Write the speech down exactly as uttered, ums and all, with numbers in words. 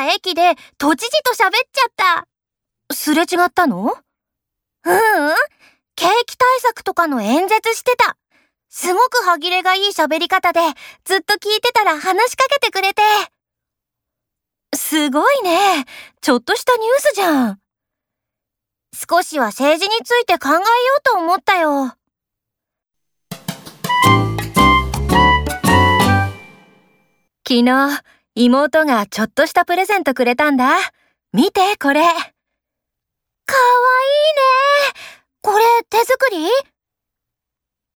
駅で都知事と喋っちゃった。 すれ違ったの？ ううん、景気対策とかの演説してた。すごく歯切れがいい喋り方で、ずっと聞いてたら話しかけてくれて。 すごいね。ちょっとしたニュースじゃん。 少しは政治について考えようと思ったよ。 昨日、妹がちょっとしたプレゼントくれたんだ。見て、これ。 かわいいね。これ手作り？